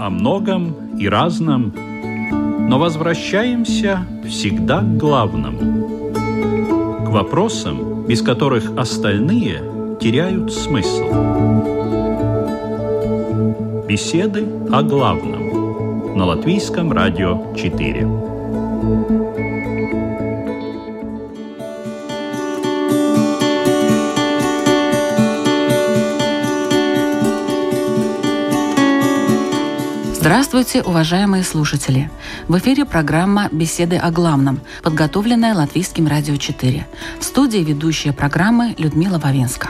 о многом и разном, но возвращаемся всегда к главному, к вопросам, без которых остальные теряют смысл. Беседы о главном на Латвийском радио 4. Здравствуйте, уважаемые слушатели! В эфире программа «Беседы о главном», подготовленная Латвийским радио 4. В студии ведущая программы Людмила Вавинска.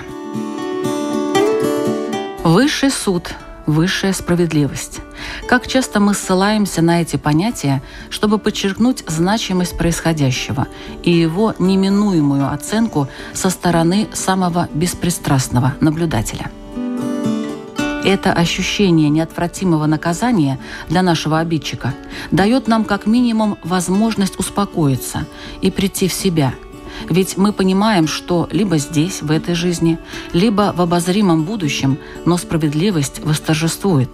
Высший суд, высшая справедливость. Как часто мы ссылаемся на эти понятия, чтобы подчеркнуть значимость происходящего и его неминуемую оценку со стороны самого беспристрастного наблюдателя. Это ощущение неотвратимого наказания для нашего обидчика дает нам как минимум возможность успокоиться и прийти в себя. Ведь мы понимаем, что либо здесь, в этой жизни, либо в обозримом будущем, но справедливость восторжествует.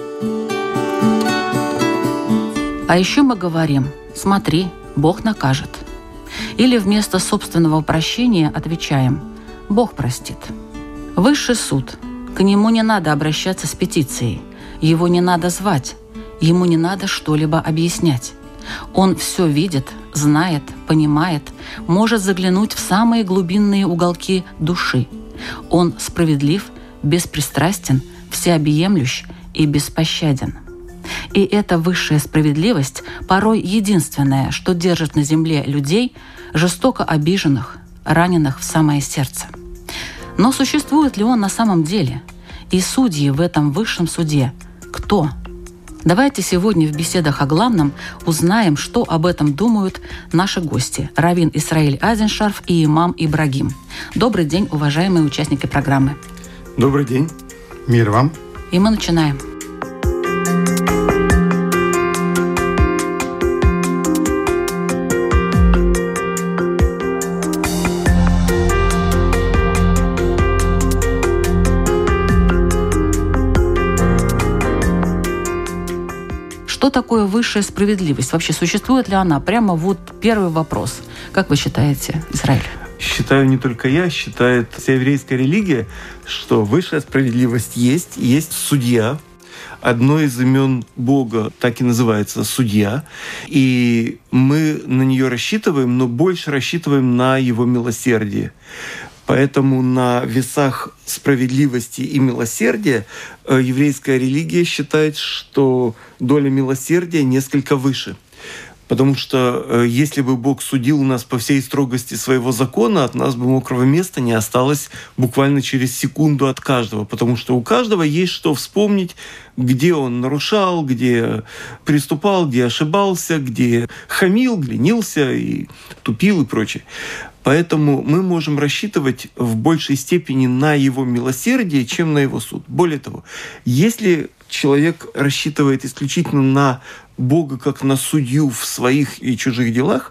А еще мы говорим: «Смотри, Бог накажет». Или вместо собственного прощения отвечаем: «Бог простит». Высший суд. К нему не надо обращаться с петицией, его не надо звать, ему не надо что-либо объяснять. Он все видит, знает, понимает, может заглянуть в самые глубинные уголки души. Он справедлив, беспристрастен, всеобъемлющ и беспощаден. И эта высшая справедливость порой единственное, что держит на земле людей, жестоко обиженных, раненых в самое сердце. Но существует ли он на самом деле? И судьи в этом высшем суде кто? Давайте сегодня в беседах о главном узнаем, что об этом думают наши гости – раввин Исраэль Айзеншарф и имам Ибрагим. Добрый день, уважаемые участники программы. Добрый день. Мир вам. И мы начинаем. Что такое высшая справедливость? Вообще существует ли она? Прямо вот первый вопрос. Как вы считаете, Израиль? Считаю не только я, считает вся еврейская религия, что высшая справедливость есть судья. Одно из имен Бога так и называется судья. И мы на нее рассчитываем, но больше рассчитываем на его милосердие. Поэтому на весах справедливости и милосердия еврейская религия считает, что доля милосердия несколько выше. Потому что если бы Бог судил нас по всей строгости своего закона, от нас бы мокрого места не осталось буквально через секунду от каждого. Потому что у каждого есть что вспомнить, где он нарушал, где приступал, где ошибался, где хамил, ленился и тупил и прочее. Поэтому мы можем рассчитывать в большей степени на его милосердие, чем на его суд. Более того, если человек рассчитывает исключительно на Бога как на судью в своих и чужих делах,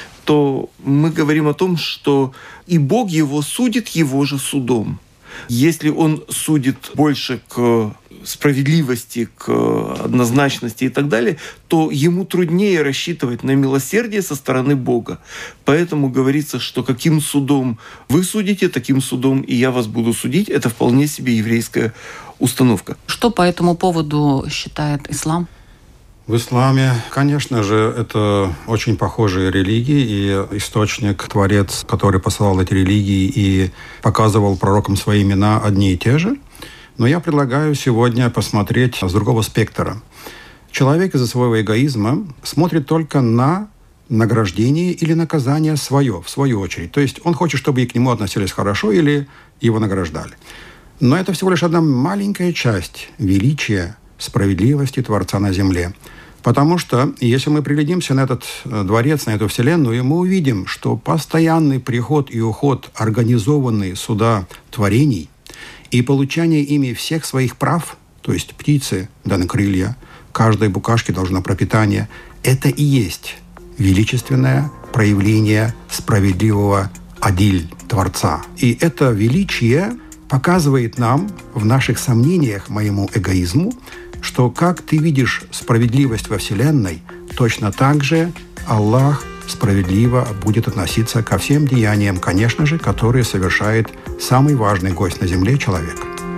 то мы говорим о том, что и Бог его судит его же судом. Если он судит больше к справедливости, к однозначности и так далее, то ему труднее рассчитывать на милосердие со стороны Бога. Поэтому говорится, что каким судом вы судите, таким судом и я вас буду судить. Это вполне себе еврейская установка. Что по этому поводу считает ислам? В исламе, конечно же, это очень похожие религии, и источник, творец, который посылал эти религии и показывал пророкам свои имена, одни и те же. Но я предлагаю сегодня посмотреть с другого спектра. Человек из-за своего эгоизма смотрит только на награждение или наказание свое, в свою очередь. То есть он хочет, чтобы и к нему относились хорошо или его награждали. Но это всего лишь одна маленькая часть величия, справедливости Творца на земле. Потому что, если мы приглядимся на этот дворец, на эту вселенную, мы увидим, что постоянный приход и уход, организованные суда творений и получение ими всех своих прав, то есть птицы даны крылья, каждой букашке должно пропитание, это и есть величественное проявление справедливого Адиль Творца. И это величие показывает нам в наших сомнениях, моему эгоизму, что как ты видишь справедливость во Вселенной, точно так же Аллах справедливо будет относиться ко всем деяниям, конечно же, которые совершает самый важный гость на земле – человек.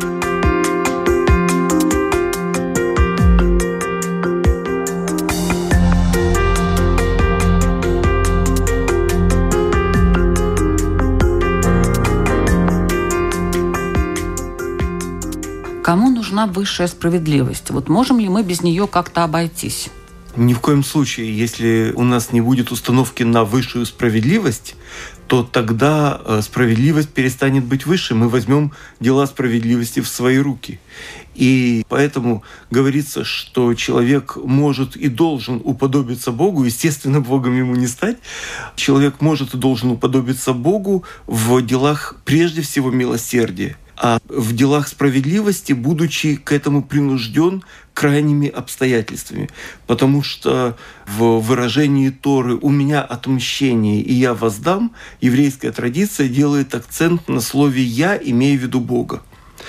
Кому нужна высшая справедливость? Вот можем ли мы без нее как-то обойтись? Ни в коем случае. Если у нас не будет установки на высшую справедливость, то тогда справедливость перестанет быть выше. Мы возьмем дела справедливости в свои руки. И поэтому говорится, что человек может и должен уподобиться Богу. Естественно, Богом ему не стать. Человек может и должен уподобиться Богу в делах прежде всего милосердия, а в делах справедливости, будучи к этому принужден крайними обстоятельствами. Потому что в выражении Торы «у меня отмщение, и я воздам» еврейская традиция делает акцент на слове «я», имея в виду Бога.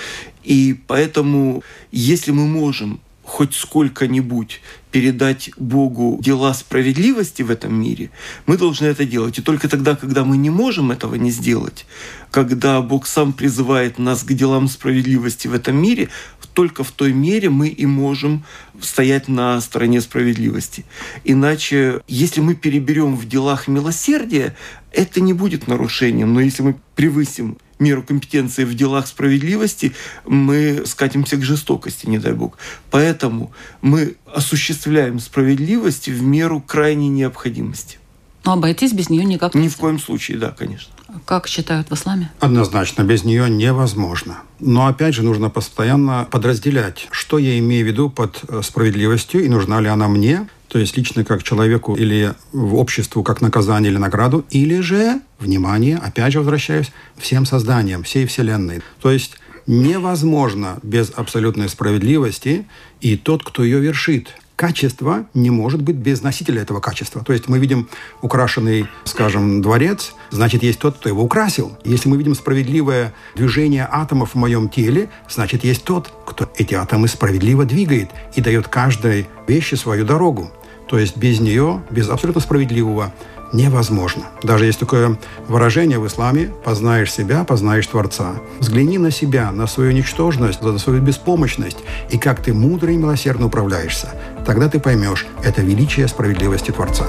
И поэтому, если мы можем хоть сколько-нибудь передать Богу дела справедливости в этом мире, мы должны это делать. И только тогда, когда мы не можем этого не сделать, когда Бог сам призывает нас к делам справедливости в этом мире, только в той мере мы и можем стоять на стороне справедливости. Иначе, если мы переберем в делах милосердия, это не будет нарушением. Но если мы превысим меру компетенции в делах справедливости, мы скатимся к жестокости, не дай Бог. Поэтому мы осуществляем справедливость в меру крайней необходимости. Но обойтись без нее никак нельзя. Ни в коем случае, да, конечно. Как считают в исламе? Однозначно, без нее невозможно. Но опять же нужно постоянно подразделять, что я имею в виду под справедливостью и нужна ли она мне, то есть лично как человеку или в обществу как наказание или награду, или же, внимание, опять же возвращаюсь, всем созданиям, всей Вселенной. То есть невозможно без абсолютной справедливости, и тот, кто ее вершит. Качество не может быть без носителя этого качества. То есть мы видим украшенный, скажем, дворец, значит, есть тот, кто его украсил. Если мы видим справедливое движение атомов в моем теле, значит, есть тот, кто эти атомы справедливо двигает и дает каждой вещи свою дорогу. То есть без нее, без абсолютно справедливого, невозможно. Даже есть такое выражение в исламе: «Познаешь себя, познаешь Творца». Взгляни на себя, на свою ничтожность, на свою беспомощность, и как ты мудро и милосердно управляешься. Тогда ты поймешь это величие справедливости Творца.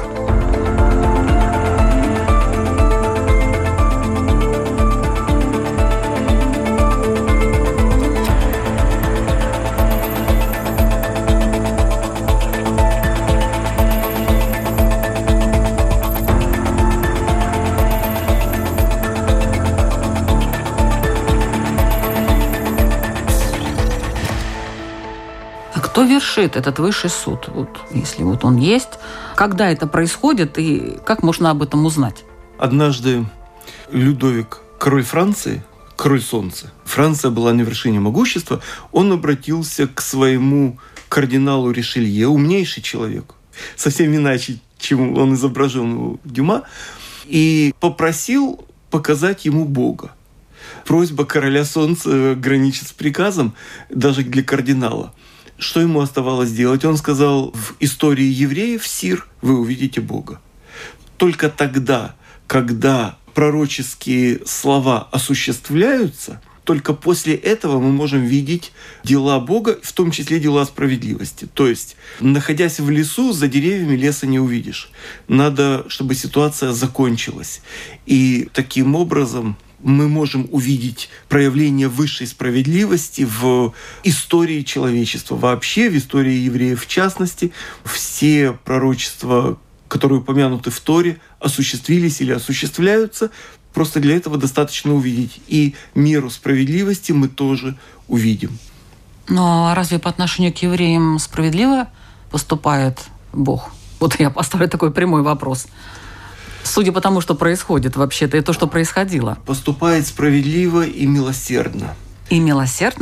Кто вершит этот высший суд? Вот, если вот он есть, когда это происходит и как можно об этом узнать? Однажды Людовик, король Франции, король солнца, Франция была на вершине могущества, он обратился к своему кардиналу Ришелье, умнейший человек, совсем иначе, чем он изображен у Дюма, и попросил показать ему Бога. Просьба короля солнца граничит с приказом даже для кардинала. Что ему оставалось делать? Он сказал: в истории евреев, сир, вы увидите Бога. Только тогда, когда пророческие слова осуществляются, только после этого мы можем видеть дела Бога, в том числе дела справедливости. То есть, находясь в лесу, за деревьями леса не увидишь. Надо, чтобы ситуация закончилась. И таким образом мы можем увидеть проявление высшей справедливости в истории человечества. Вообще, в истории евреев в частности, все пророчества, которые упомянуты в Торе, осуществились или осуществляются. Просто для этого достаточно увидеть. И меру справедливости мы тоже увидим. Но разве по отношению к евреям справедливо поступает Бог? Вот я поставлю такой прямой вопрос. Судя по тому, что происходит вообще-то, и то, что происходило. Поступает справедливо и милосердно. И милосердно?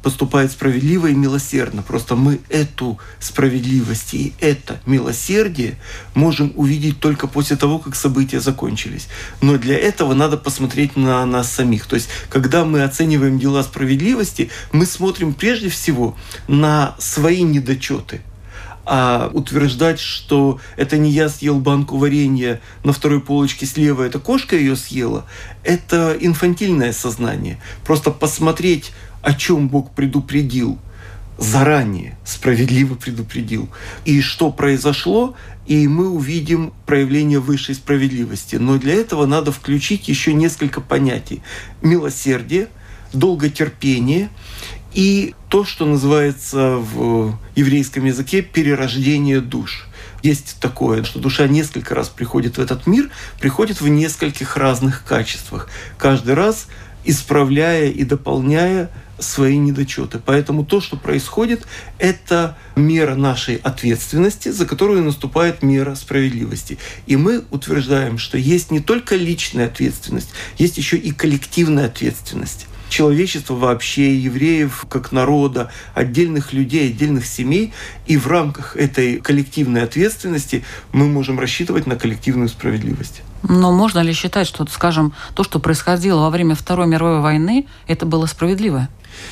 поступает справедливо и милосердно. Просто мы эту справедливость и это милосердие можем увидеть только после того, как события закончились. Но для этого надо посмотреть на нас самих. То есть, когда мы оцениваем дела справедливости, мы смотрим прежде всего на свои недочеты. А утверждать, что это не я съел банку варенья на второй полочке слева, это кошка ее съела, это инфантильное сознание. Просто посмотреть, о чем Бог предупредил заранее, справедливо предупредил, и что произошло, и мы увидим проявление высшей справедливости. Но для этого надо включить еще несколько понятий. Милосердие, долготерпение и то, что называется в еврейском языке перерождение душ. Есть такое, что душа несколько раз приходит в этот мир, приходит в нескольких разных качествах, каждый раз исправляя и дополняя свои недочеты. Поэтому то, что происходит, это мера нашей ответственности, за которую наступает мера справедливости. И мы утверждаем, что есть не только личная ответственность, есть еще и коллективная ответственность. Человечества вообще, евреев как народа, отдельных людей, отдельных семей. И в рамках этой коллективной ответственности мы можем рассчитывать на коллективную справедливость. Но можно ли считать, что, скажем, то, что происходило во время Второй мировой войны, это было справедливо?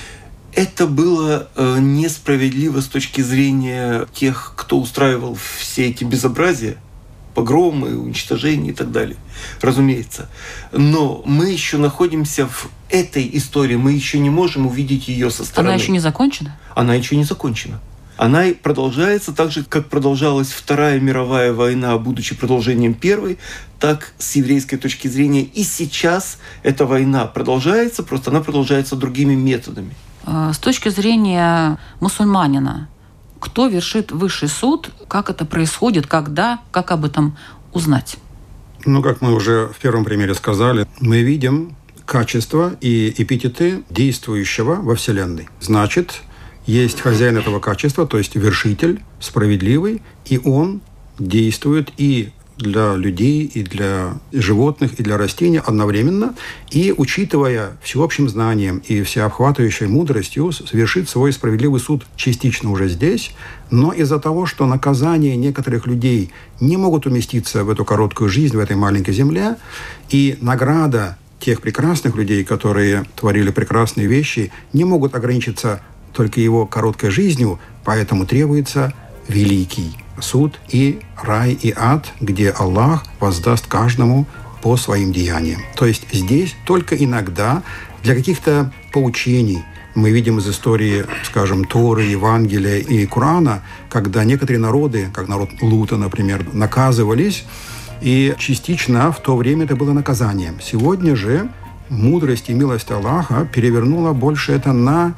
Это было несправедливо с точки зрения тех, кто устраивал все эти безобразия, погромы, уничтожения и так далее, разумеется. Но мы еще находимся в этой истории, мы еще не можем увидеть ее со стороны. Она еще не закончена? Она еще не закончена. Она продолжается так же, как продолжалась Вторая мировая война, будучи продолжением Первой, так с еврейской точки зрения. И сейчас эта война продолжается, просто она продолжается другими методами. С точки зрения мусульманина, кто вершит высший суд, как это происходит, когда, как об этом узнать? Как мы уже в первом примере сказали, мы видим качества и эпитеты действующего во Вселенной. Значит, есть хозяин этого качества, то есть вершитель, справедливый, и он действует и для людей, и для животных, и для растений одновременно, и, учитывая всеобщим знанием и всеобхватывающей мудростью, совершит свой справедливый суд частично уже здесь, но из-за того, что наказания некоторых людей не могут уместиться в эту короткую жизнь, в этой маленькой земле, и награда тех прекрасных людей, которые творили прекрасные вещи, не могут ограничиться только его короткой жизнью, поэтому требуется великий суд и рай и ад, где Аллах воздаст каждому по своим деяниям. То есть здесь только иногда для каких-то поучений мы видим из истории, скажем, Торы, Евангелия и Корана, когда некоторые народы, как народ Лута, например, наказывались, и частично в то время это было наказанием. Сегодня же мудрость и милость Аллаха перевернула больше это на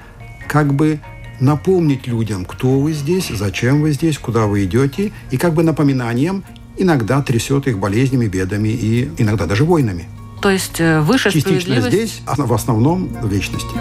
напомнить людям, кто вы здесь, зачем вы здесь, куда вы идете, и напоминанием иногда трясет их болезнями, бедами и иногда даже войнами. То есть высшая частично справедливость... здесь, а в основном в вечности.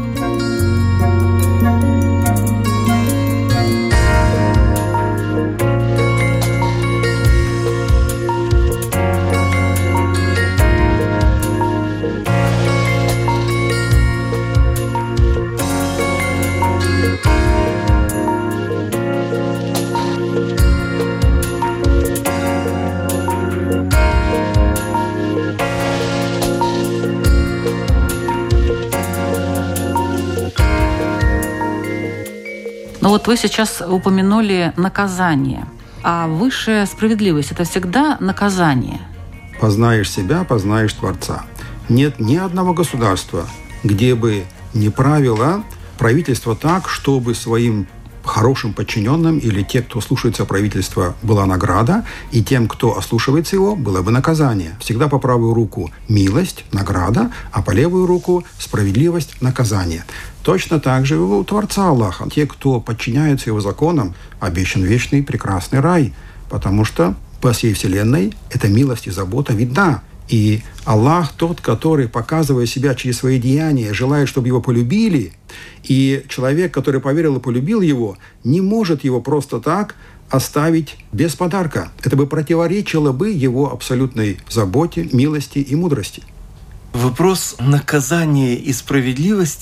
Вы сейчас упомянули наказание. А высшая справедливость – это всегда наказание? Познаешь себя, познаешь Творца. Нет ни одного государства, где бы не правило правительство так, чтобы своим хорошим подчиненным или те, кто слушается правительства, была награда, и тем, кто ослушивается его, было бы наказание. Всегда по правую руку милость, награда, а по левую руку справедливость, наказание. Точно так же у Творца Аллаха. Те, кто подчиняется его законам, обещан вечный прекрасный рай, потому что по всей вселенной эта милость и забота видна. И Аллах тот, который, показывая себя через свои деяния, желает, чтобы его полюбили, и человек, который поверил и полюбил его, не может его просто так оставить без подарка. Это бы противоречило бы его абсолютной заботе, милости и мудрости. Вопрос наказания и справедливости,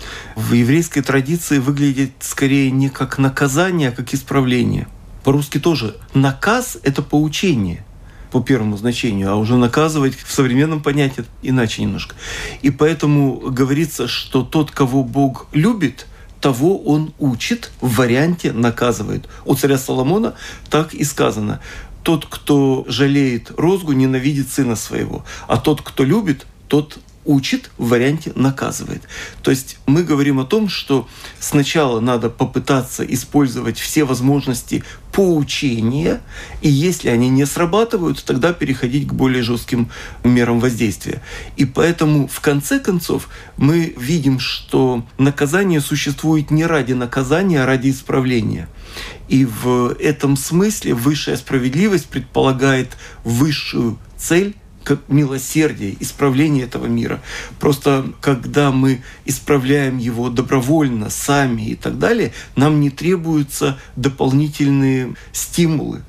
в еврейской традиции выглядит скорее не как наказание, а как исправление. По-русски тоже наказ – это поучение по первому значению, а уже наказывать в современном понятии иначе немножко. И поэтому говорится, что тот, кого Бог любит, того Он учит, в варианте наказывает. У царя Соломона так и сказано. Тот, кто жалеет розгу, ненавидит сына своего, а тот, кто любит, тот учит, в варианте наказывает. То есть мы говорим о том, что сначала надо попытаться использовать все возможности поучения, и если они не срабатывают, тогда переходить к более жестким мерам воздействия. И поэтому в конце концов мы видим, что наказание существует не ради наказания, а ради исправления. И в этом смысле высшая справедливость предполагает высшую цель, как милосердие, исправление этого мира. Просто когда мы исправляем его добровольно, сами и так далее, нам не требуются дополнительные стимулы.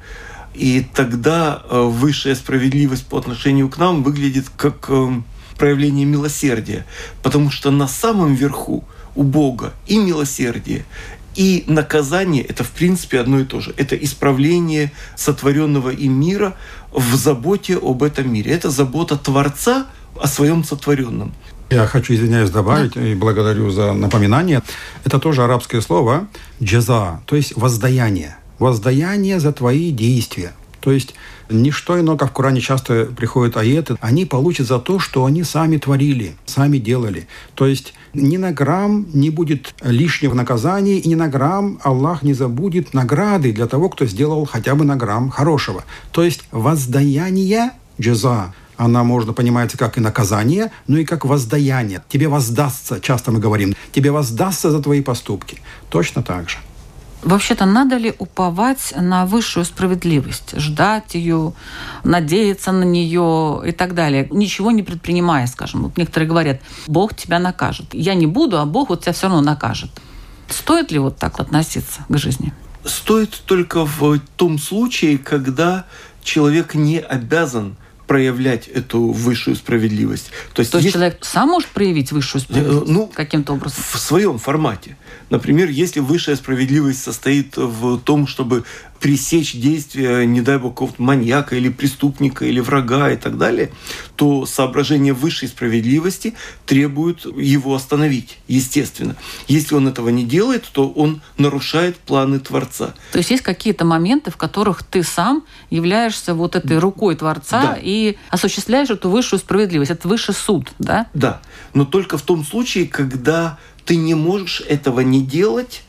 И тогда высшая справедливость по отношению к нам выглядит как проявление милосердия. Потому что на самом верху у Бога и милосердие, и наказание – это, в принципе, одно и то же. Это исправление сотворенного им мира в заботе об этом мире. Это забота Творца о своем сотворенном. Я хочу, извиняюсь, добавить, и благодарю за напоминание. Это тоже арабское слово «джаза», то есть воздаяние. Воздаяние за твои действия. То есть ничто иное, как в Коране часто приходят аяты, они получат за то, что они сами творили, сами делали. То есть ни на грамм не будет лишнего наказания, и ни на грамм Аллах не забудет награды для того, кто сделал хотя бы на грамм хорошего. То есть воздаяние, джаза, она можно понимать как и наказание, но и как воздаяние. Тебе воздастся, часто мы говорим, тебе воздастся за твои поступки. Точно так же. Вообще-то надо ли уповать на высшую справедливость, ждать ее, надеяться на нее и так далее, ничего не предпринимая, скажем. Вот некоторые говорят, Бог тебя накажет. Я не буду, а Бог вот тебя все равно накажет. Стоит ли вот так относиться к жизни? Стоит только в том случае, когда человек не обязан проявлять эту высшую справедливость. То есть человек сам может проявить высшую справедливость каким-то образом? В своем формате. Например, если высшая справедливость состоит в том, чтобы пресечь действия, не дай бог, какого-то маньяка или преступника, или врага и так далее, то соображения высшей справедливости требуют его остановить, естественно. Если он этого не делает, то он нарушает планы Творца. То есть есть какие-то моменты, в которых ты сам являешься вот этой рукой Творца, да, и осуществляешь эту высшую справедливость. Это высший суд, да? Да, но только в том случае, когда ты не можешь этого не делать,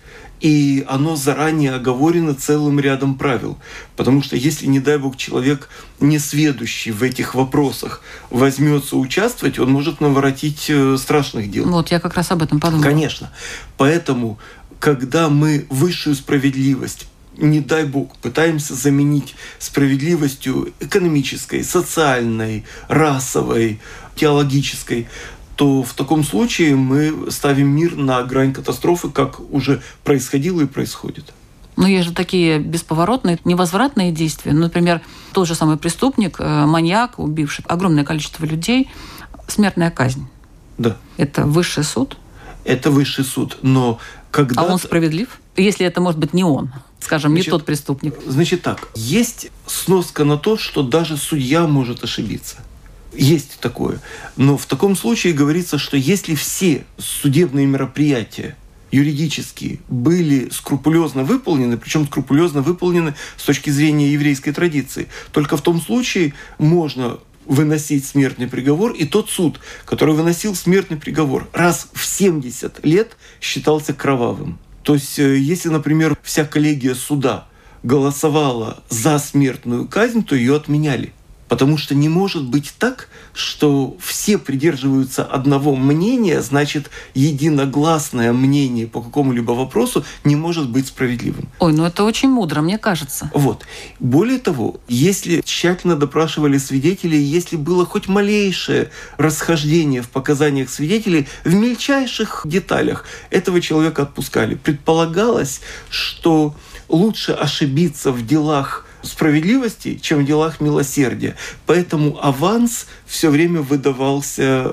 и оно заранее оговорено целым рядом правил. Потому что если, не дай бог, человек, несведущий в этих вопросах, возьмется участвовать, он может наворотить страшных дел. Вот, я как раз об этом подумала. Конечно. Поэтому, когда мы высшую справедливость, не дай бог, пытаемся заменить справедливостью экономической, социальной, расовой, теологической, то в таком случае мы ставим мир на грань катастрофы, как уже происходило и происходит. Но есть же такие бесповоротные, невозвратные действия. Например, тот же самый преступник, маньяк, убивший огромное количество людей, смертная казнь. Да. Это высший суд? Это высший суд, но когда... А он справедлив? Если это, может быть, не он, скажем, не тот преступник. Значит так, есть сноска на то, что даже судья может ошибиться. Есть такое. Но в таком случае говорится, что если все судебные мероприятия юридические были скрупулезно выполнены, причем скрупулезно выполнены с точки зрения еврейской традиции, только в том случае можно выносить смертный приговор, и тот суд, который выносил смертный приговор раз в 70 лет, считался кровавым. То есть, если, например, вся коллегия суда голосовала за смертную казнь, то ее отменяли. Потому что не может быть так, что все придерживаются одного мнения, значит, единогласное мнение по какому-либо вопросу не может быть справедливым. Ой, ну это очень мудро, мне кажется. Вот. Более того, если тщательно допрашивали свидетелей, если было хоть малейшее расхождение в показаниях свидетелей, в мельчайших деталях этого человека отпускали. Предполагалось, что лучше ошибиться в делах справедливости, чем в делах милосердия. Поэтому аванс все время выдавался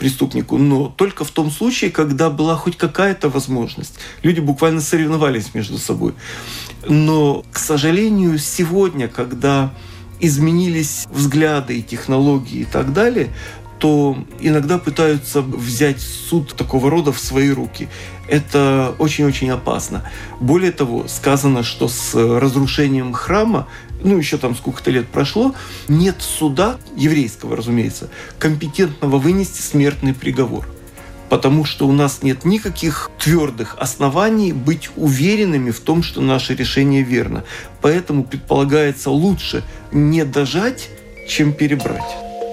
преступнику, но только в том случае, когда была хоть какая-то возможность. Люди буквально соревновались между собой. Но, к сожалению, сегодня, когда изменились взгляды и технологии и так далее, то иногда пытаются взять суд такого рода в свои руки. Это очень-очень опасно. Более того, сказано, что с разрушением храма, еще там сколько-то лет прошло, нет суда, еврейского, разумеется, компетентного вынести смертный приговор. Потому что у нас нет никаких твердых оснований быть уверенными в том, что наше решение верно. Поэтому предполагается лучше не дожать, чем перебрать.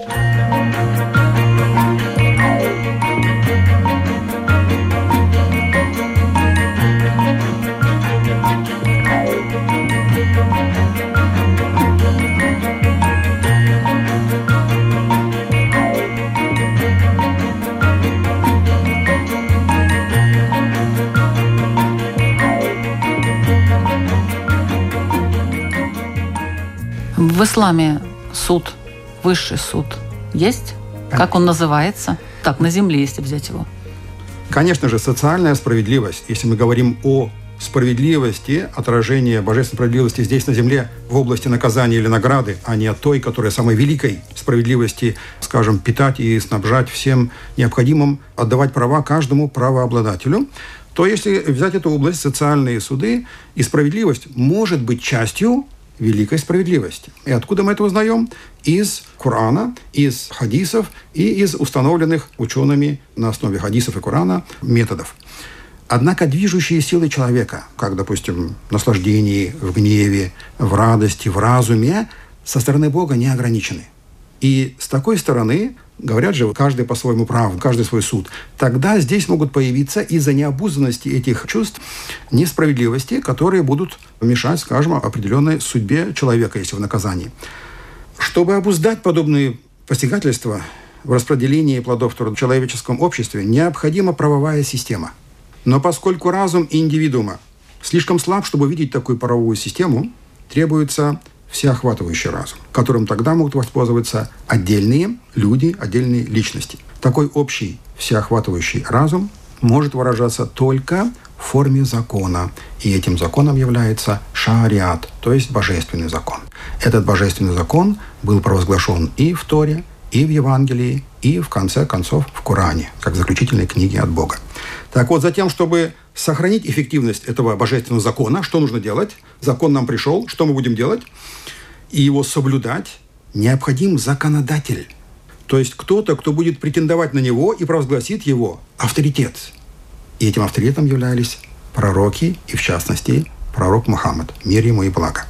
В исламе суд, высший суд есть? Как он называется? Так, на земле, если взять его. Конечно же, социальная справедливость. Если мы говорим о справедливости, отражение божественной справедливости здесь на земле в области наказания или награды, а не той, которая самой великой справедливости, скажем, питать и снабжать всем необходимым, отдавать права каждому правообладателю, то если взять эту область, социальные суды, и справедливость может быть частью великой справедливости. И откуда мы это узнаем? Из Корана, из хадисов и из установленных учеными на основе хадисов и Корана методов. Однако движущие силы человека, как, допустим, в наслаждении, в гневе, в радости, в разуме, со стороны Бога не ограничены. И с такой стороны, говорят же, каждый по-своему прав, каждый свой суд, тогда здесь могут появиться из-за необузданности этих чувств несправедливости, которые будут мешать, скажем, определенной судьбе человека, если в наказании. Чтобы обуздать подобные посягательства в распределении плодов труда в человеческом обществе, необходима правовая система. Но поскольку разум индивидуума слишком слаб, чтобы увидеть такую правовую систему, требуется всеохватывающий разум, которым тогда могут воспользоваться отдельные люди, отдельные личности. Такой общий всеохватывающий разум может выражаться только в форме закона. И этим законом является шариат, то есть божественный закон. Этот божественный закон был провозглашен и в Торе, и в Евангелии, и, в конце концов, в Коране, как заключительной книге от Бога. Так вот, затем, чтобы сохранить эффективность этого божественного закона, что нужно делать? Закон нам пришел, что мы будем делать? И его соблюдать необходим законодатель. То есть кто-то, кто будет претендовать на него и провозгласит его авторитет. И этим авторитетом являлись пророки, и в частности пророк Мухаммад, мир ему и благо.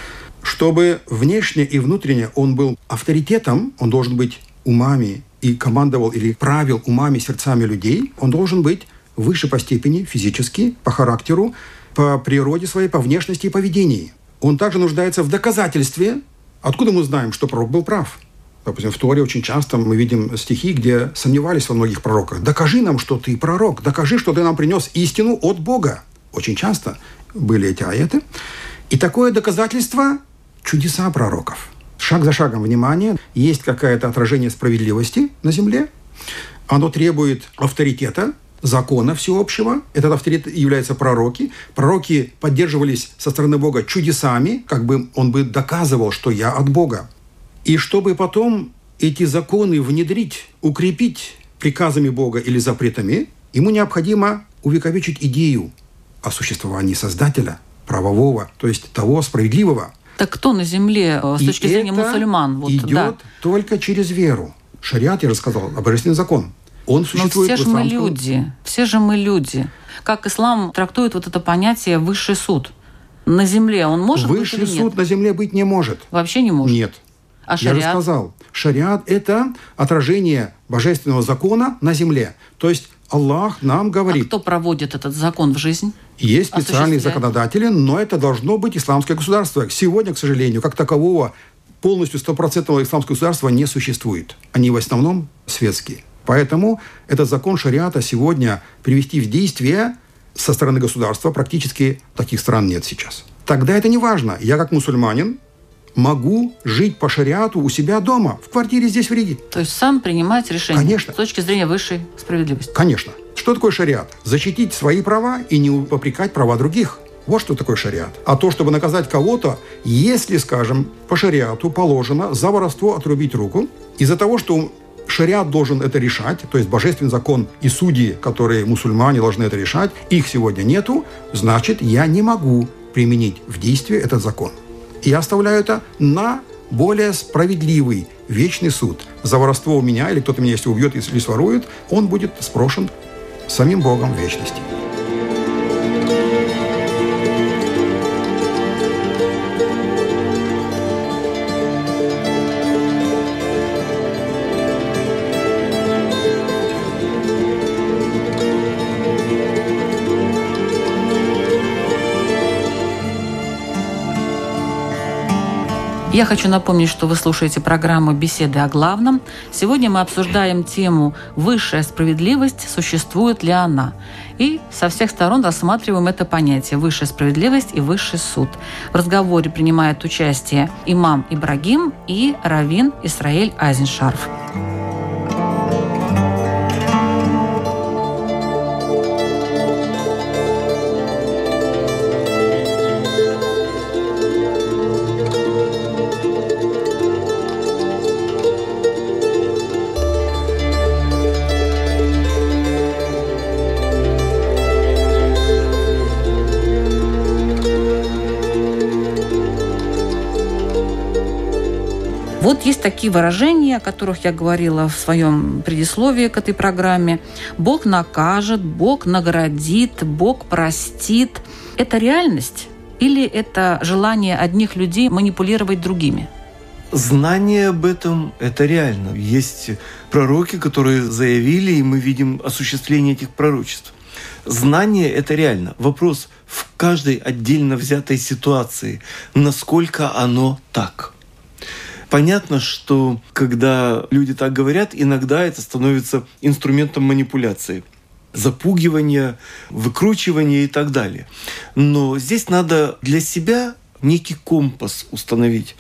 Чтобы внешне и внутренне он был авторитетом, он должен быть умами и командовал или правил умами, сердцами людей, он должен быть выше по степени физически, по характеру, по природе своей, по внешности и поведению. Он также нуждается в доказательстве. Откуда мы знаем, что пророк был прав? Допустим, в Торе очень часто мы видим стихи, где сомневались во многих пророках. «Докажи нам, что ты пророк, докажи, что ты нам принес истину от Бога». Очень часто были эти аяты. И такое доказательство – чудеса пророков. Шаг за шагом, внимание, есть какое-то отражение справедливости на земле. Оно требует авторитета, закона всеобщего. Этот авторитет являются пророки. Пророки поддерживались со стороны Бога чудесами, как бы он бы доказывал, что я от Бога. И чтобы потом эти законы внедрить, укрепить приказами Бога или запретами, ему необходимо увековечить идею о существовании Создателя, правового, то есть того справедливого. Так кто на земле с точки зрения мусульман? Вот, идет только через веру. Шариат, я же сказал, божественный закон. Он существует в исламском... Все же мы люди. Как ислам трактует вот это понятие «высший суд»? На земле он может быть или нет? Высший суд на земле быть не может. Вообще не может? Нет. А шариат? Я же сказал, шариат – это отражение божественного закона на земле. То есть Аллах нам говорит... А кто проводит этот закон в жизнь? Есть специальные законодатели, но это должно быть исламское государство. Сегодня, к сожалению, как такового полностью 100% исламского государства не существует. Они в основном светские. Поэтому этот закон шариата сегодня привести в действие со стороны государства практически таких стран нет сейчас. Тогда это не важно. Я как мусульманин, могу жить по шариату у себя дома, в квартире здесь в Риге. То есть сам принимать решение. Конечно. С точки зрения высшей справедливости. Конечно. Что такое шариат? Защитить свои права и не попрекать права других. Вот что такое шариат. А то, чтобы наказать кого-то, если, скажем, по шариату положено за воровство отрубить руку, из-за того, что шариат должен это решать, то есть божественный закон и судьи, которые мусульмане должны это решать, их сегодня нету, значит, я не могу применить в действии этот закон. Я оставляю это на более справедливый вечный суд. За воровство у меня, или кто-то меня если убьет, или сворует, он будет спрошен самим Богом в вечности. Я хочу напомнить, что вы слушаете программу «Беседы о главном». Сегодня мы обсуждаем тему «Высшая справедливость. Существует ли она?» И со всех сторон рассматриваем это понятие «высшая справедливость» и «высший суд». В разговоре принимают участие имам Ибрагим и раввин Исраэль Айзеншарф. Вот есть такие выражения, о которых я говорила в своем предисловии к этой программе. Бог накажет, Бог наградит, Бог простит. Это реальность или это желание одних людей манипулировать другими? Знание об этом – это реально. Есть пророки, которые заявили, и мы видим осуществление этих пророчеств. Знание – это реально. Вопрос в каждой отдельно взятой ситуации, насколько оно так. Понятно, что когда люди так говорят, иногда это становится инструментом манипуляции, запугивания, выкручивания и так далее. Но здесь надо для себя некий компас установить.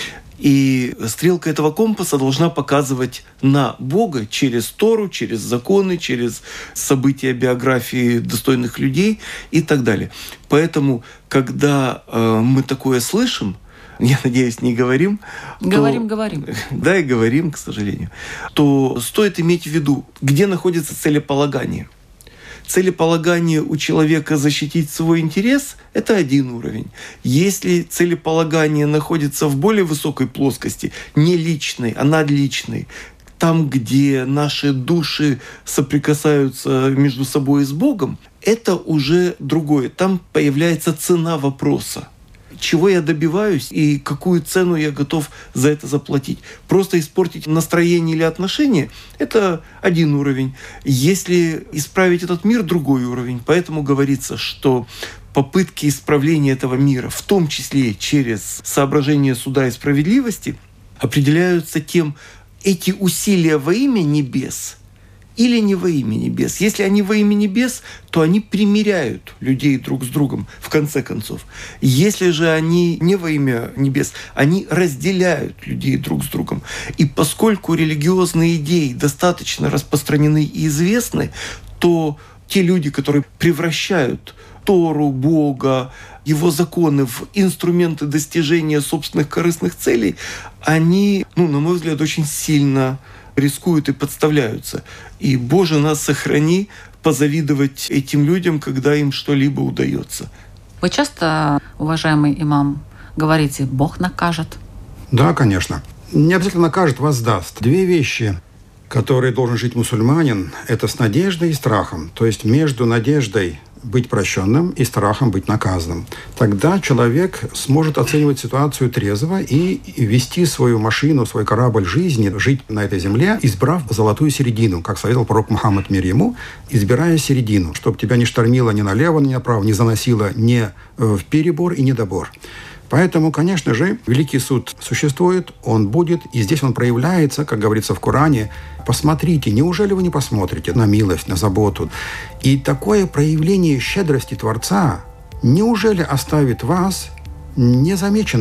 И стрелка этого компаса должна показывать на Бога через Тору, через законы, через события биографии достойных людей и так далее. Поэтому, когда мы такое слышим, я надеюсь, не говорим. Говорим. Да, и говорим, к сожалению. То стоит иметь в виду, где находится целеполагание. Целеполагание у человека защитить свой интерес – это один уровень. Если целеполагание находится в более высокой плоскости, не личной, а надличной, там, где наши души соприкасаются между собой и с Богом, это уже другое. Там появляется цена вопроса. Чего я добиваюсь и какую цену я готов за это заплатить. Просто испортить настроение или отношения – это один уровень. Если исправить этот мир – другой уровень. Поэтому говорится, что попытки исправления этого мира, в том числе через соображение суда и справедливости, определяются тем, эти усилия во имя небес или не во имя небес. Если они во имя небес, то они примиряют людей друг с другом, в конце концов. Если же они не во имя небес, они разделяют людей друг с другом. И поскольку религиозные идеи достаточно распространены и известны, то те люди, которые превращают Тору, Бога, его законы в инструменты достижения собственных корыстных целей, они, на мой взгляд, очень сильно рискуют и подставляются. И, Боже, нас сохрани позавидовать этим людям, когда им что-либо удается. Вы часто, уважаемый имам, говорите, Бог накажет? Да, конечно. Не обязательно накажет, воздаст. Две вещи, которые должен жить мусульманин, это с надеждой и страхом. То есть между надеждой быть прощенным и страхом быть наказанным. Тогда человек сможет оценивать ситуацию трезво и вести свою машину, свой корабль жизни, жить на этой земле, избрав золотую середину, как советовал пророк Мухаммад, мир ему, избирая середину, чтобы тебя не штормило ни налево, ни направо, не заносило ни в перебор и недобор. Поэтому, конечно же, Великий суд существует, он будет, и здесь он проявляется, как говорится в Коране. Посмотрите, неужели вы не посмотрите на милость, на заботу? И такое проявление щедрости Творца неужели оставит вас незамеченным?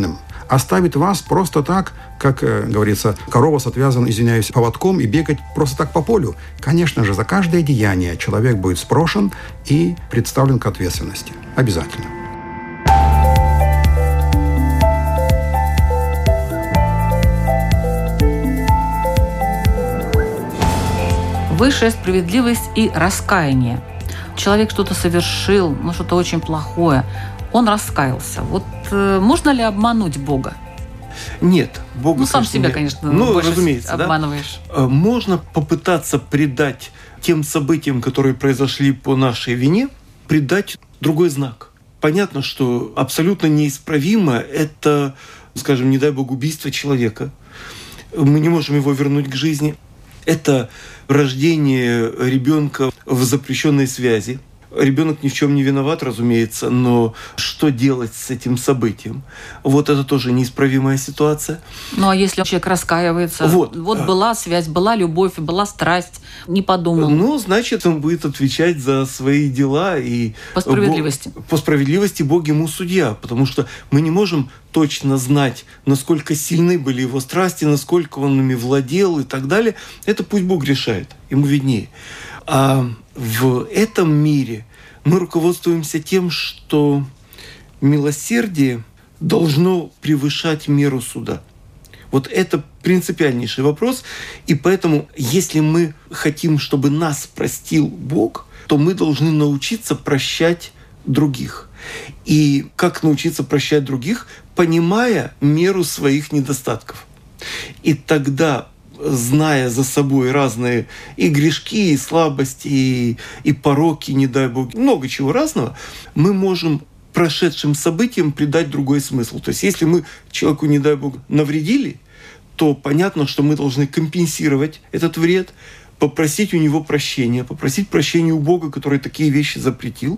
оставит вас просто так, как говорится, корова с отвязанным, извиняюсь, поводком и бегать просто так по полю. Конечно же, за каждое деяние человек будет спрошен и представлен к ответственности. Обязательно. Высшая справедливость и раскаяние. Человек что-то совершил, что-то очень плохое. Он раскаялся. Вот можно ли обмануть Бога? Нет, Бога, сам себя, конечно, больше разумеется, обманываешь. Да? Можно попытаться придать тем событиям, которые произошли по нашей вине, придать другой знак. Понятно, что абсолютно неисправимо это, скажем, не дай Бог, убийство человека. Мы не можем его вернуть к жизни. Это рождение ребенка в запрещенной связи. Ребенок ни в чем не виноват, разумеется, но что делать с этим событием? Вот это тоже неисправимая ситуация. Ну а если человек раскаивается? Вот была связь, была любовь, была страсть, не подумал. Значит, он будет отвечать за свои дела. И по справедливости. По справедливости Бог ему судья, потому что мы не можем точно знать, насколько сильны были его страсти, насколько он ими владел и так далее. Это пусть Бог решает, ему виднее. А в этом мире мы руководствуемся тем, что милосердие должно превышать меру суда. Вот это принципиальнейший вопрос. И поэтому, если мы хотим, чтобы нас простил Бог, то мы должны научиться прощать других. И как научиться прощать других? Понимая меру своих недостатков. И тогда, зная за собой разные и грешки, и слабости, и пороки, не дай Бог, много чего разного, мы можем прошедшим событиям придать другой смысл. То есть если мы человеку, не дай Бог, навредили, то понятно, что мы должны компенсировать этот вред, попросить у него прощения, попросить прощения у Бога, который такие вещи запретил,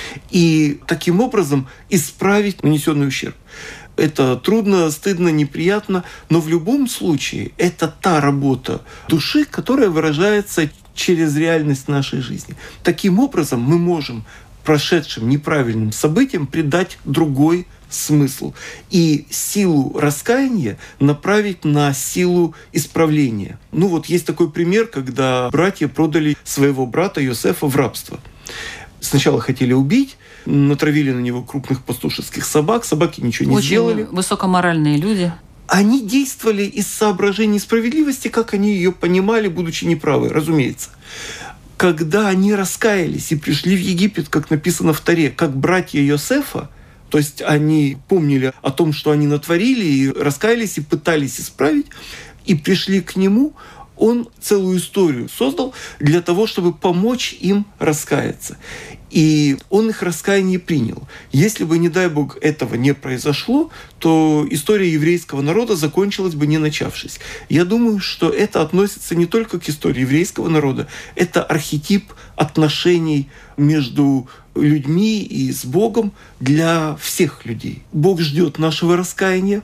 и таким образом исправить нанесенный ущерб. Это трудно, стыдно, неприятно, но в любом случае это та работа души, которая выражается через реальность нашей жизни. Таким образом мы можем прошедшим неправильным событиям придать другой смысл и силу раскаяния направить на силу исправления. Есть такой пример, когда братья продали своего брата Йосефа в рабство. Сначала хотели убить, натравили на него крупных пастушеских собак, собаки ничего не сделали. Очень высокоморальные люди. Они действовали из соображений справедливости, как они ее понимали, будучи неправы, разумеется. Когда они раскаялись и пришли в Египет, как написано в Торе, как братья Йосефа, то есть они помнили о том, что они натворили, и раскаялись, и пытались исправить, и пришли к нему, он целую историю создал для того, чтобы помочь им раскаяться. И он их раскаяние принял. Если бы, не дай Бог, этого не произошло, то история еврейского народа закончилась бы не начавшись. Я думаю, что это относится не только к истории еврейского народа, это архетип отношений между людьми и с Богом для всех людей. Бог ждет нашего раскаяния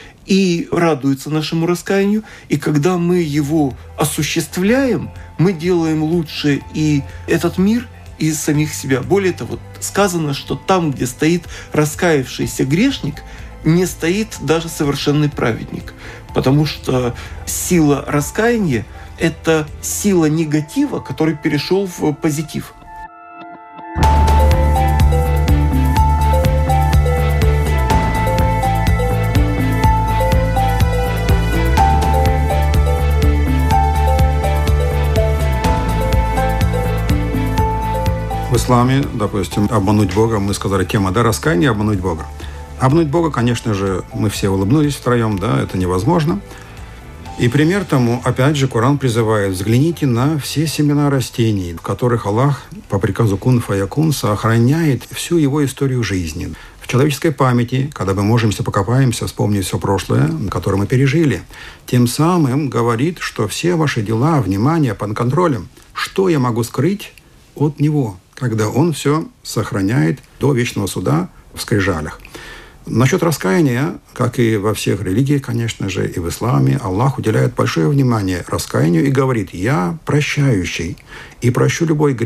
и радуется нашему раскаянию. И когда мы его осуществляем, мы делаем лучше и этот мир, и самих себя. Более того, сказано, что там, где стоит раскаявшийся грешник, не стоит даже совершенный праведник. Потому что сила раскаяния – это сила негатива, который перешел в позитив. В исламе, допустим, обмануть Бога, мы сказали, тема, раскаяние, обмануть Бога. Обмануть Бога, конечно же, мы все улыбнулись втроем, это невозможно. И пример тому, опять же, Коран призывает, взгляните на все семена растений, в которых Аллах по приказу кун фаякун сохраняет всю его историю жизни. В человеческой памяти, когда мы можем, если покопаемся, вспомнить все прошлое, которое мы пережили, тем самым говорит, что все ваши дела, внимание, под контролем. Что я могу скрыть от Него, когда Он все сохраняет до вечного суда в скрижалях. Насчет раскаяния, как и во всех религиях, конечно же, и в исламе, Аллах уделяет большое внимание раскаянию и говорит: «Я прощающий и прощу любой грех,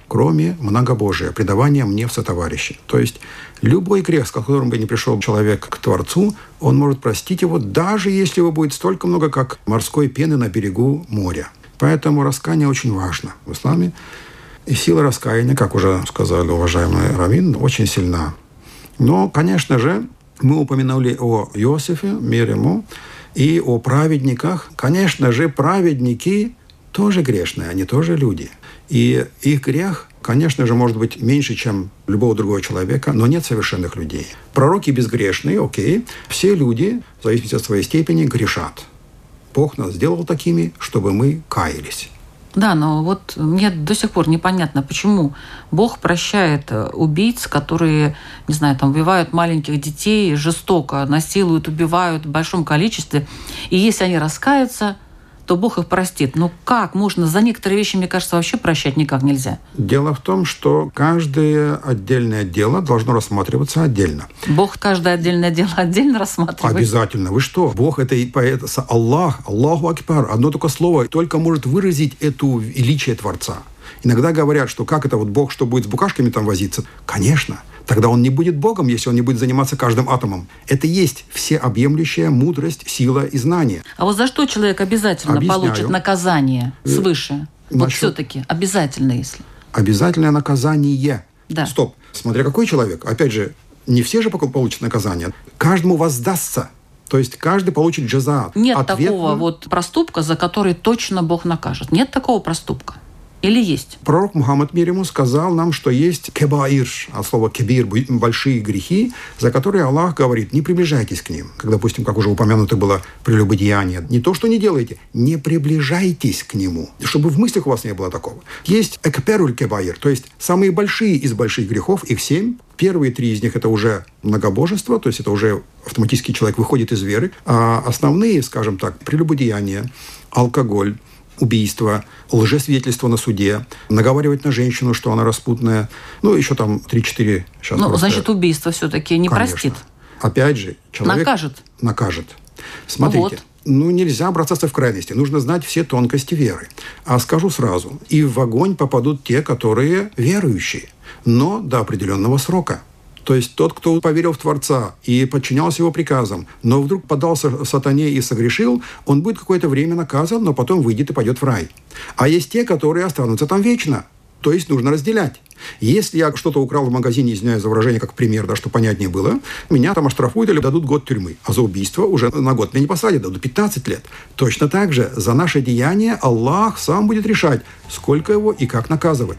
кроме многобожия, предавания мне в сотоварищи. То есть любой грех, с которым бы не пришел человек к Творцу, он может простить его, даже если его будет столько много, как морской пены на берегу моря. Поэтому раскаяние очень важно в исламе. И сила раскаяния, как уже сказали уважаемый раввин, очень сильна. Но, конечно же, мы упомянули о Иосифе, мир ему, и о праведниках. Конечно же, праведники тоже грешные, они тоже люди. И их грех, конечно же, может быть меньше, чем любого другого человека, но нет совершенных людей. Пророки безгрешные, окей. Все люди, в зависимости от своей степени, грешат. Бог нас сделал такими, чтобы мы каялись. Да, но вот мне до сих пор непонятно, почему Бог прощает убийц, которые, не знаю, там убивают маленьких детей, жестоко насилуют, убивают в большом количестве. И если они раскаются, то Бог их простит. Ну как можно? За некоторые вещи, мне кажется, вообще прощать никак нельзя. Дело в том, что каждое отдельное дело должно рассматриваться отдельно. Бог каждое отдельное дело отдельно рассматривает? Обязательно. Вы что? Бог — это и поэт, Аллах, Аллаху Акбар. Одно только слово только может выразить это величие Творца. Иногда говорят, что как это вот Бог, что будет с букашками там возиться? Конечно. Тогда он не будет Богом, если он не будет заниматься каждым атомом. Это и есть всеобъемлющая мудрость, сила и знание. А вот за что человек обязательно получит наказание свыше? Вот все-таки обязательно, если. Обязательное наказание. Да. Стоп. Смотря какой человек. Опять же, не все же получат наказание. Каждому воздастся. То есть каждый получит джаза. Нет такого вот проступка, за который точно Бог накажет. Нет такого проступка. Или есть? Пророк Мухаммад мир ему сказал нам, что есть кебаир, от слова кебир, большие грехи, за которые Аллах говорит, не приближайтесь к ним. Как, допустим, как уже упомянуто было прелюбодеяние. Не то, что не делаете, не приближайтесь к нему. Чтобы в мыслях у вас не было такого. Есть экперуль кебаир, то есть самые большие из больших грехов, их 7. Первые 3 из них – это уже многобожество, то есть это уже автоматически человек выходит из веры. А основные, скажем так, прелюбодеяние, алкоголь, убийство, лжесвидетельство на суде, наговаривать на женщину, что она распутная. Ну, еще там 3-4. Сейчас значит, убийство все-таки не простит. Опять же, человек... Накажет. Смотрите. Нельзя бросаться в крайности. Нужно знать все тонкости веры. А скажу сразу. И в огонь попадут те, которые верующие. Но до определенного срока. То есть тот, кто поверил в Творца и подчинялся его приказам, но вдруг поддался сатане и согрешил, он будет какое-то время наказан, но потом выйдет и пойдет в рай. А есть те, которые останутся там вечно. То есть нужно разделять. Если я что-то украл в магазине, извиняюсь за выражение, как пример, да, чтобы понятнее было, меня там оштрафуют или дадут год тюрьмы. А за убийство уже на год меня не посадят, дадут 15 лет. Точно так же за наше деяние Аллах сам будет решать, сколько его и как наказывать.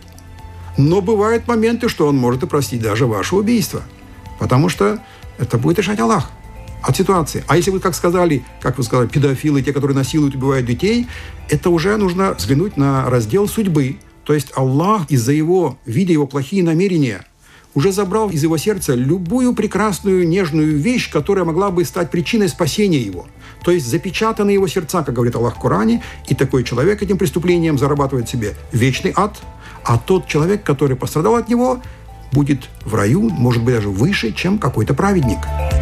Но бывают моменты, что он может и простить даже ваше убийство. Потому что это будет решать Аллах от ситуации. А если вы, как вы сказали, педофилы, те, которые насилуют, убивают детей, это уже нужно взглянуть на раздел судьбы. То есть Аллах из-за его, видя его плохие намерения, уже забрал из его сердца любую прекрасную, нежную вещь, которая могла бы стать причиной спасения его. То есть запечатаны его сердца, как говорит Аллах в Коране, и такой человек этим преступлением зарабатывает себе вечный ад, а тот человек, который пострадал от него, будет в раю, может быть, даже выше, чем какой-то праведник.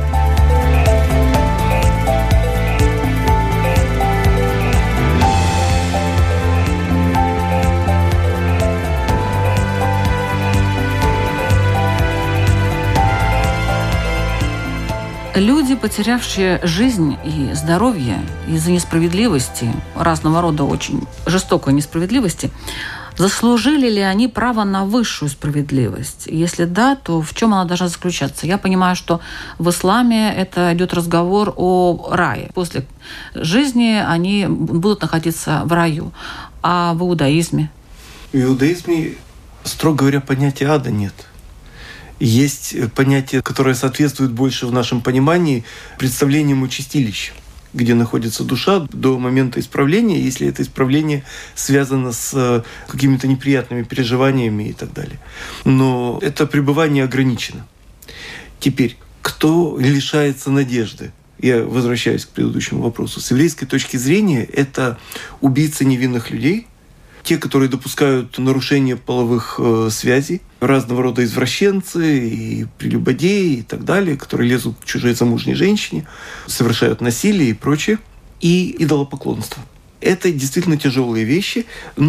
Люди, потерявшие жизнь и здоровье из-за несправедливости, разного рода очень жестокой несправедливости, заслужили ли они право на высшую справедливость? Если да, то в чем она должна заключаться? Я понимаю, что в исламе это идет разговор о рае. После жизни они будут находиться в раю. А в иудаизме? В иудаизме, строго говоря, понятия ада нет. Есть понятие, которое соответствует больше в нашем понимании представлениям чистилища, где находится душа до момента исправления, если это исправление связано с какими-то неприятными переживаниями и так далее. Но это пребывание ограничено. Теперь, кто лишается надежды? Я возвращаюсь к предыдущему вопросу. С еврейской точки зрения, это убийцы невинных людей, те, которые допускают нарушение половых связей, разного рода извращенцы и прелюбодеи и так далее, которые лезут к чужой замужней женщине, совершают насилие и прочее, и идолопоклонство. Это действительно тяжелые вещи, но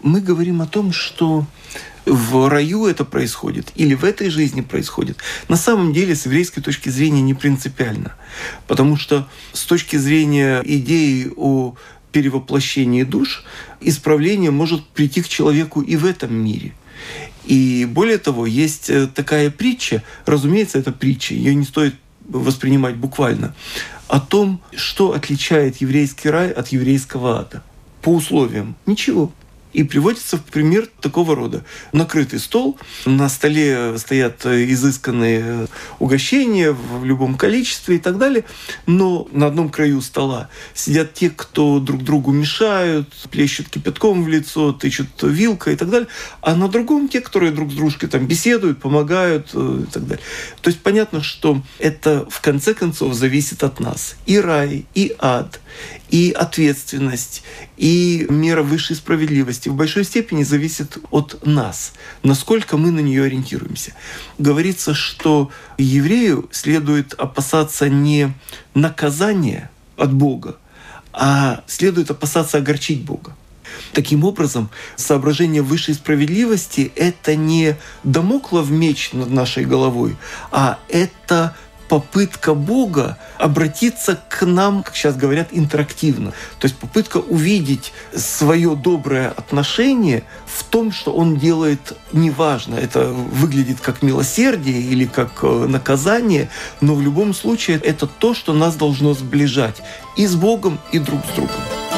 мы говорим о том, что в раю это происходит или в этой жизни происходит, на самом деле с еврейской точки зрения не принципиально. Потому что с точки зрения идеи о перевоплощении душ, исправление может прийти к человеку и в этом мире. И более того, есть такая притча, разумеется, это притча, ее не стоит воспринимать буквально, о том, что отличает еврейский рай от еврейского ада. По условиям ничего. И приводится в пример такого рода. Накрытый стол, на столе стоят изысканные угощения в любом количестве и так далее, но на одном краю стола сидят те, кто друг другу мешают, плещут кипятком в лицо, тычут вилкой и так далее, а на другом те, которые друг с дружкой там беседуют, помогают и так далее. То есть понятно, что это в конце концов зависит от нас. И рай, и ад, и ответственность, и мера высшей справедливости в большой степени зависит от нас, насколько мы на нее ориентируемся. Говорится, что еврею следует опасаться не наказания от Бога, а следует опасаться огорчить Бога. Таким образом, соображение высшей справедливости — это не дамоклов меч над нашей головой, а это попытка Бога обратиться к нам, как сейчас говорят, интерактивно. То есть попытка увидеть свое доброе отношение в том, что Он делает, неважно, это выглядит как милосердие или как наказание, но в любом случае это то, что нас должно сближать и с Богом, и друг с другом.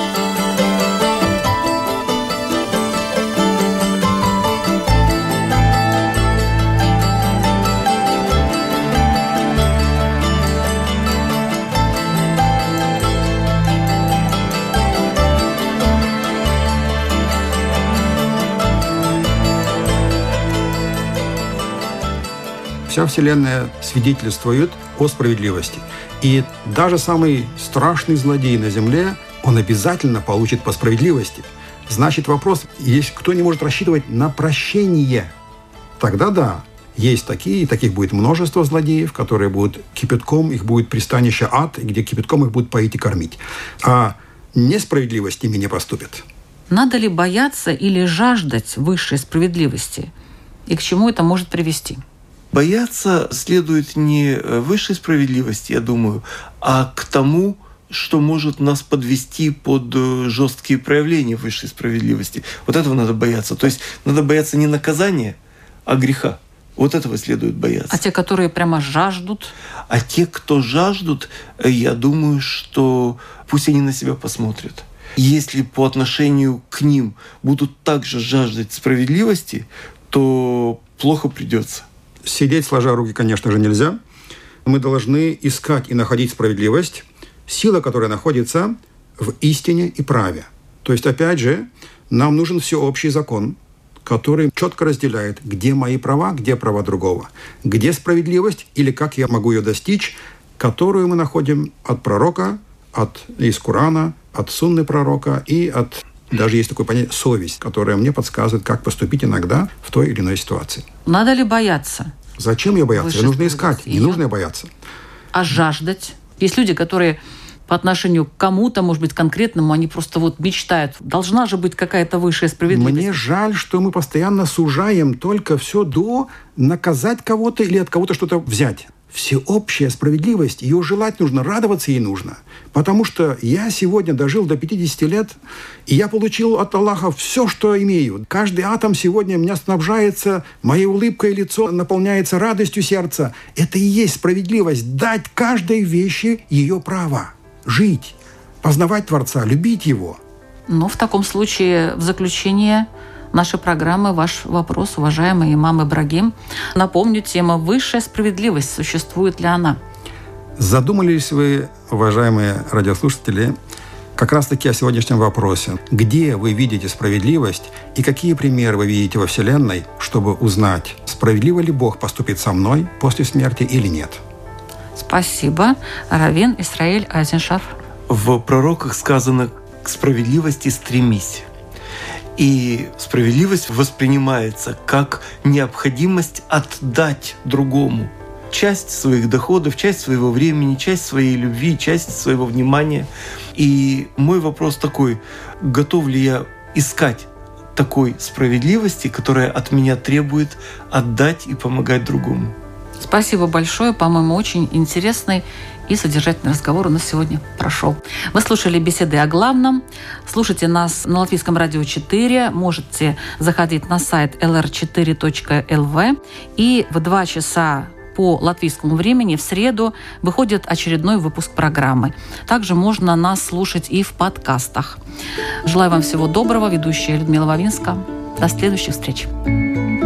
Вся Вселенная свидетельствует о справедливости. И даже самый страшный злодей на земле, он обязательно получит по справедливости. Значит, вопрос, если кто не может рассчитывать на прощение, тогда да, есть такие, и таких будет множество злодеев, которые будут кипятком, их будет пристанище ад, где кипятком их будут поить и кормить. А несправедливость ими не поступит. Надо ли бояться или жаждать высшей справедливости? И к чему это может привести? Бояться следует не высшей справедливости, я думаю, а к тому, что может нас подвести под жесткие проявления высшей справедливости. Вот этого надо бояться. То есть надо бояться не наказания, а греха. Вот этого следует бояться. А те, которые прямо жаждут? А те, кто жаждут, я думаю, что пусть они на себя посмотрят. Если по отношению к ним будут также жаждать справедливости, то плохо придется. Сидеть сложа руки, конечно же, нельзя. Мы должны искать и находить справедливость, сила, которая находится в истине и праве. То есть, опять же, нам нужен всеобщий закон, который четко разделяет, где мои права, где права другого, где справедливость или как я могу ее достичь, которую мы находим от пророка, из Корана, от сунны пророка и от, даже есть такое понятие, совесть, которая мне подсказывает, как поступить иногда в той или иной ситуации. Надо ли бояться? Зачем ее бояться? Ее нужно искать, не нужно бояться. А жаждать? Есть люди, которые по отношению к кому-то, может быть, конкретному, они просто вот мечтают. Должна же быть какая-то высшая справедливость. Мне жаль, что мы постоянно сужаем только все до наказать кого-то или от кого-то что-то взять. Всеобщая справедливость, ее желать нужно, радоваться ей нужно. Потому что я сегодня дожил до 50 лет, и я получил от Аллаха все, что имею. Каждый атом сегодня меня снабжается, моей улыбкой лицо наполняется радостью сердца. Это и есть справедливость. Дать каждой вещи ее право. Жить, познавать Творца, любить Его. Ну, в таком случае, в заключение нашей программы ваш вопрос, уважаемый имам Ибрагим. Напомню, тема «Высшая справедливость». Существует ли она? Задумались вы, уважаемые радиослушатели, как раз-таки о сегодняшнем вопросе. Где вы видите справедливость и какие примеры вы видите во Вселенной, чтобы узнать, справедливо ли Бог поступит со мной после смерти или нет? Спасибо. Раввин Исраэль Айзеншарф. В пророках сказано «к справедливости стремись». И справедливость воспринимается как необходимость отдать другому часть своих доходов, часть своего времени, часть своей любви, часть своего внимания. И мой вопрос такой: готов ли я искать такой справедливости, которая от меня требует отдать и помогать другому. Спасибо большое. По-моему, очень интересный и содержательный разговор у нас сегодня прошел. Вы слушали беседы о главном. Слушайте нас на Латвийском радио 4. Можете заходить на сайт lr4.lv. И в 2 часа по латвийскому времени в среду выходит очередной выпуск программы. Также можно нас слушать и в подкастах. Желаю вам всего доброго. Ведущая Людмила Вавинска. До следующих встреч.